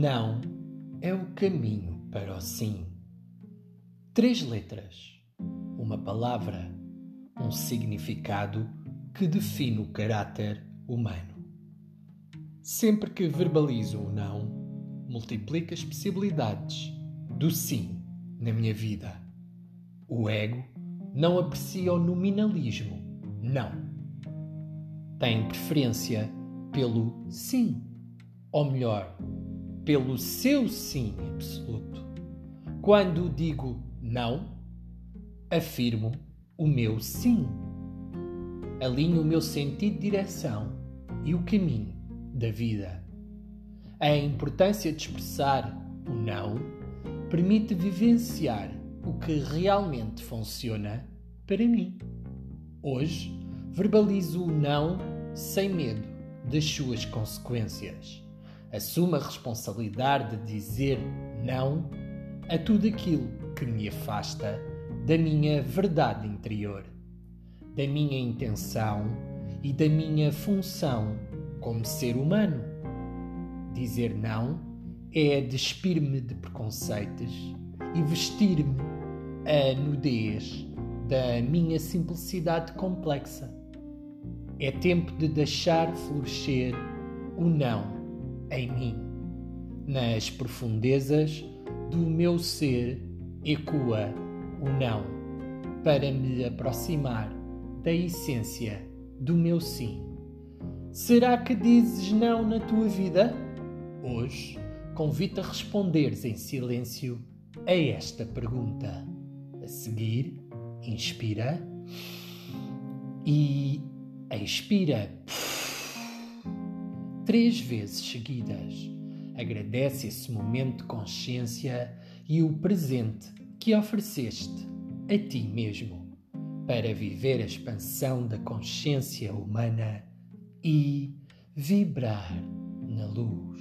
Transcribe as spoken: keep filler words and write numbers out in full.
não é o caminho para o sim. Três letras, uma palavra, um significado que define o caráter humano. Sempre que verbalizo o não, multiplico as possibilidades do sim na minha vida. O ego não aprecia o nominalismo, não. Tem preferência pelo sim, ou melhor, pelo seu sim absoluto. Quando digo não, afirmo o meu sim. Alinho o meu sentido de direção e o caminho da vida. A importância de expressar o não permite vivenciar o que realmente funciona para mim. Hoje, verbalizo o não sem medo das suas consequências. Assumo a responsabilidade de dizer não a tudo aquilo que me afasta da minha verdade interior, da minha intenção e da minha função como ser humano. Dizer não é despir-me de preconceitos e vestir-me a nudez da minha simplicidade complexa. É tempo de deixar florescer o não em mim. Nas profundezas do meu ser ecoa o não para me aproximar da essência do meu sim. Será que dizes não na tua vida? Hoje, convido a responderes em silêncio a esta pergunta. A seguir, inspira e expira três vezes seguidas. Agradece esse momento de consciência e o presente que ofereceste a ti mesmo para viver a expansão da consciência humana e vibrar na luz.